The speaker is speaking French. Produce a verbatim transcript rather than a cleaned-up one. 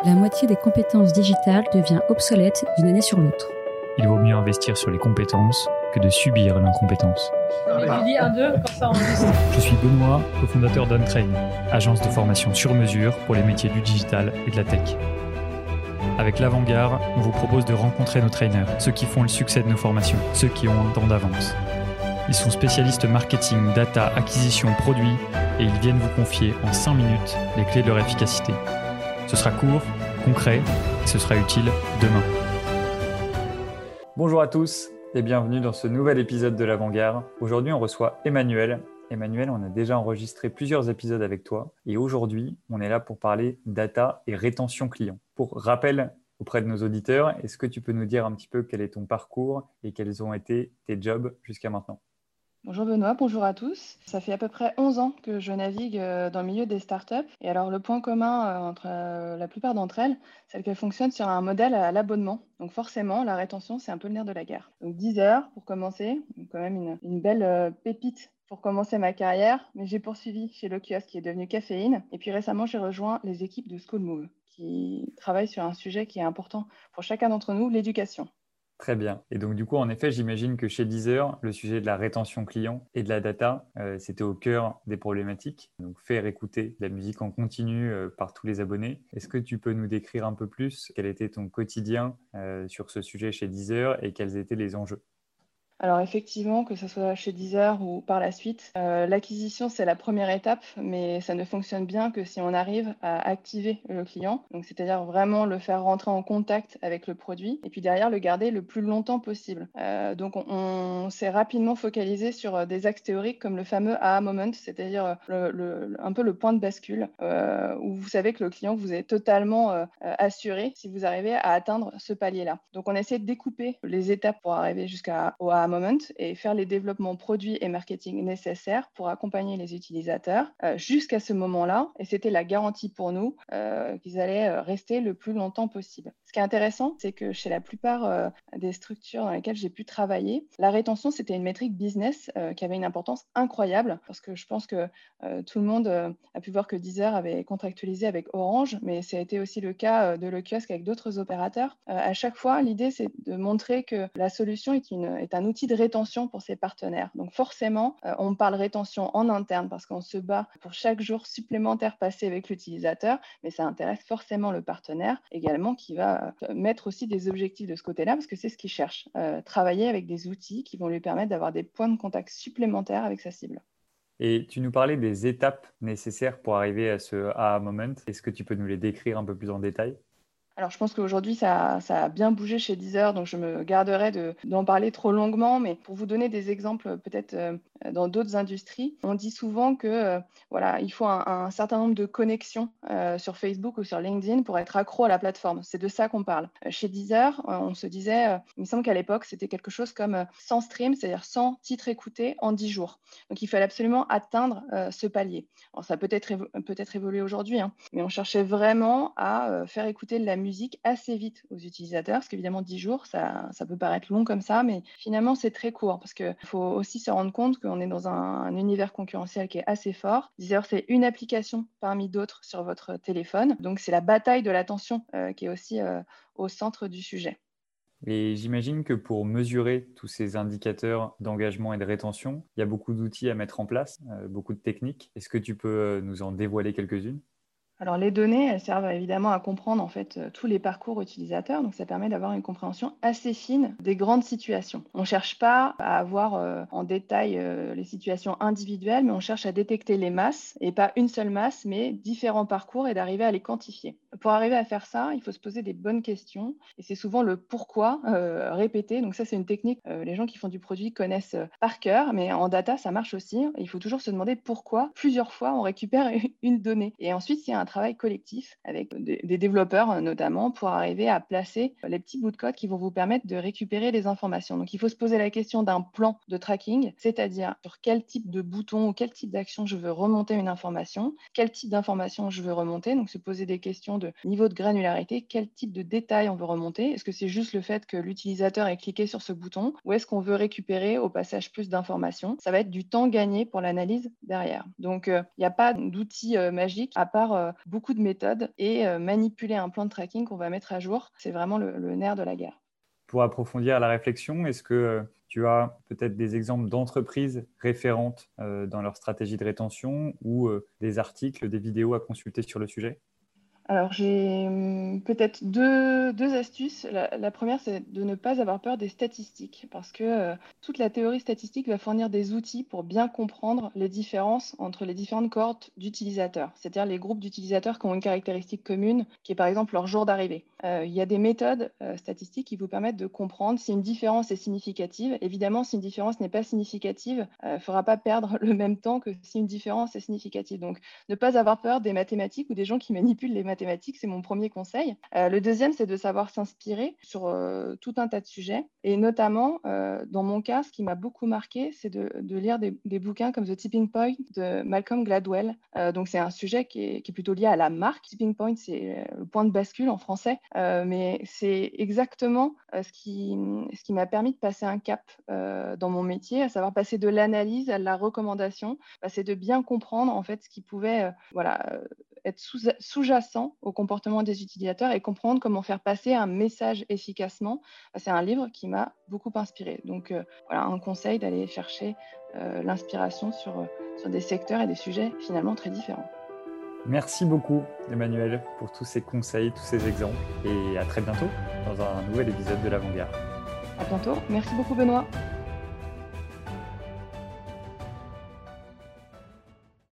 La moitié des compétences digitales devient obsolète d'une année sur l'autre. Il vaut mieux investir sur les compétences que de subir l'incompétence. Tu dis un, deux quand ça enregistre. Je suis Benoît, cofondateur d'Untrain, agence de formation sur mesure pour les métiers du digital et de la tech. Avec l'Avant-Garde, on vous propose de rencontrer nos trainers, ceux qui font le succès de nos formations, ceux qui ont un temps d'avance. Ils sont spécialistes marketing, data, acquisition, produits et ils viennent vous confier en cinq minutes les clés de leur efficacité. Ce sera court, concret et ce sera utile demain. Bonjour à tous et bienvenue dans ce nouvel épisode de l'Avant-Garde. Aujourd'hui, on reçoit Emmanuel. Emmanuel, on a déjà enregistré plusieurs épisodes avec toi et aujourd'hui, on est là pour parler data et rétention client. Pour rappel auprès de nos auditeurs, est-ce que tu peux nous dire un petit peu quel est ton parcours et quels ont été tes jobs jusqu'à maintenant ? Bonjour Benoît, bonjour à tous. Ça fait à peu près onze ans que je navigue dans le milieu des startups. Et alors le point commun entre la plupart d'entre elles, c'est qu'elles fonctionnent sur un modèle à l'abonnement. Donc forcément, la rétention, c'est un peu le nerf de la guerre. Donc dix heures pour commencer, donc quand même une, une belle pépite pour commencer ma carrière. Mais j'ai poursuivi chez Lokios qui est devenu Caféine. Et puis récemment, j'ai rejoint les équipes de Schoolmove qui travaillent sur un sujet qui est important pour chacun d'entre nous, l'éducation. Très bien. Et donc, du coup, en effet, j'imagine que chez Deezer, le sujet de la rétention client et de la data, euh, c'était au cœur des problématiques. Donc, faire écouter de la musique en continu euh, par tous les abonnés. Est-ce que tu peux nous décrire un peu plus quel était ton quotidien euh, sur ce sujet chez Deezer et quels étaient les enjeux ? Alors effectivement, que ce soit chez Deezer ou par la suite, euh, l'acquisition, c'est la première étape, mais ça ne fonctionne bien que si on arrive à activer le client. Donc, c'est-à-dire vraiment le faire rentrer en contact avec le produit et puis derrière le garder le plus longtemps possible. Euh, donc, on, on s'est rapidement focalisé sur des axes théoriques comme le fameux aha moment, c'est-à-dire le, le, un peu le point de bascule euh, où vous savez que le client vous est totalement euh, assuré si vous arrivez à atteindre ce palier-là. Donc, on essaie de découper les étapes pour arriver jusqu'au aha moment et faire les développements produits et marketing nécessaires pour accompagner les utilisateurs euh, jusqu'à ce moment-là. Et c'était la garantie pour nous euh, qu'ils allaient rester le plus longtemps possible. Ce qui est intéressant, c'est que chez la plupart euh, des structures dans lesquelles j'ai pu travailler, la rétention, c'était une métrique business euh, qui avait une importance incroyable parce que je pense que euh, tout le monde euh, a pu voir que Deezer avait contractualisé avec Orange, mais ça a été aussi le cas euh, de Lokios avec d'autres opérateurs. Euh, à chaque fois, l'idée, c'est de montrer que la solution est, une, est un outil de rétention pour ses partenaires. Donc forcément, euh, on parle rétention en interne parce qu'on se bat pour chaque jour supplémentaire passé avec l'utilisateur, mais ça intéresse forcément le partenaire également qui va euh, mettre aussi des objectifs de ce côté-là parce que c'est ce qu'il cherche, euh, travailler avec des outils qui vont lui permettre d'avoir des points de contact supplémentaires avec sa cible. Et tu nous parlais des étapes nécessaires pour arriver à ce aha moment. Est-ce que tu peux nous les décrire un peu plus en détail ? Alors, je pense qu'aujourd'hui, ça, ça a bien bougé chez Deezer, donc je me garderai de, d'en parler trop longuement. Mais pour vous donner des exemples, peut-être euh, dans d'autres industries, on dit souvent que euh, voilà, il faut un, un certain nombre de connexions euh, sur Facebook ou sur LinkedIn pour être accro à la plateforme. C'est de ça qu'on parle. Euh, chez Deezer, euh, on se disait, euh, il me semble qu'à l'époque, c'était quelque chose comme euh, cent streams, c'est-à-dire cent titres écoutés en dix jours. Donc, il fallait absolument atteindre euh, ce palier. Alors, ça a peut-être, évo- peut-être évolué aujourd'hui, hein, mais on cherchait vraiment à euh, faire écouter de la musique assez vite aux utilisateurs, parce qu'évidemment dix jours, ça, ça peut paraître long comme ça, mais finalement c'est très court, parce qu'il faut aussi se rendre compte qu'on est dans un, un univers concurrentiel qui est assez fort. Deezer, c'est une application parmi d'autres sur votre téléphone, donc c'est la bataille de l'attention euh, qui est aussi euh, au centre du sujet. Et j'imagine que pour mesurer tous ces indicateurs d'engagement et de rétention, il y a beaucoup d'outils à mettre en place, euh, beaucoup de techniques. Est-ce que tu peux nous en dévoiler quelques-unes ? Alors, les données, elles servent évidemment à comprendre en fait euh, tous les parcours utilisateurs, donc ça permet d'avoir une compréhension assez fine des grandes situations. On ne cherche pas à avoir euh, en détail euh, les situations individuelles, mais on cherche à détecter les masses, et pas une seule masse, mais différents parcours et d'arriver à les quantifier. Pour arriver à faire ça, il faut se poser des bonnes questions, et c'est souvent le pourquoi euh, répété. Donc ça, c'est une technique que euh, les gens qui font du produit connaissent euh, par cœur, mais en data, ça marche aussi. Il faut toujours se demander pourquoi plusieurs fois on récupère une donnée. Et ensuite, il y a un travail collectif avec des, des développeurs notamment pour arriver à placer les petits bouts de code qui vont vous permettre de récupérer les informations. Donc, il faut se poser la question d'un plan de tracking, c'est-à-dire sur quel type de bouton ou quel type d'action je veux remonter une information, quel type d'information je veux remonter. Donc, se poser des questions de niveau de granularité, quel type de détail on veut remonter. Est-ce que c'est juste le fait que l'utilisateur ait cliqué sur ce bouton ou est-ce qu'on veut récupérer au passage plus d'informations? Ça va être du temps gagné pour l'analyse derrière. Donc, il euh, n'y a pas d'outil euh, magique à part euh, beaucoup de méthodes et euh, manipuler un plan de tracking qu'on va mettre à jour. C'est vraiment le, le nerf de la guerre. Pour approfondir la réflexion, est-ce que tu as peut-être des exemples d'entreprises référentes euh, dans leur stratégie de rétention ou euh, des articles, des vidéos à consulter sur le sujet? Alors, j'ai hum, peut-être deux, deux astuces. La, la première, c'est de ne pas avoir peur des statistiques, parce que euh, toute la théorie statistique va fournir des outils pour bien comprendre les différences entre les différentes cohortes d'utilisateurs, c'est-à-dire les groupes d'utilisateurs qui ont une caractéristique commune, qui est par exemple leur jour d'arrivée. Euh, il y a des méthodes euh, statistiques qui vous permettent de comprendre si une différence est significative. Évidemment, si une différence n'est pas significative, il ne faudra pas perdre le même temps que si une différence est significative. Donc, ne pas avoir peur des mathématiques ou des gens qui manipulent les mathématiques. mathématiques, c'est mon premier conseil. Euh, le deuxième, c'est de savoir s'inspirer sur euh, tout un tas de sujets. Et notamment, euh, dans mon cas, ce qui m'a beaucoup marqué, c'est de, de lire des, des bouquins comme The Tipping Point de Malcolm Gladwell. Euh, donc, c'est un sujet qui est, qui est plutôt lié à la marque. Tipping Point, c'est le point de bascule en français. Euh, mais c'est exactement euh, ce qui, ce qui m'a permis de passer un cap euh, dans mon métier, à savoir passer de l'analyse à la recommandation. Bah, c'est de bien comprendre en fait ce qui pouvait euh, voilà, euh, être sous, sous-jacent au comportement des utilisateurs et comprendre comment faire passer un message efficacement. C'est un livre qui m'a beaucoup inspiré. Donc euh, voilà, un conseil d'aller chercher euh, l'inspiration sur, sur des secteurs et des sujets finalement très différents. Merci beaucoup Emmanuelle pour tous ces conseils, tous ces exemples et à très bientôt dans un nouvel épisode de l'Avant-Garde. À bientôt. Merci beaucoup Benoît.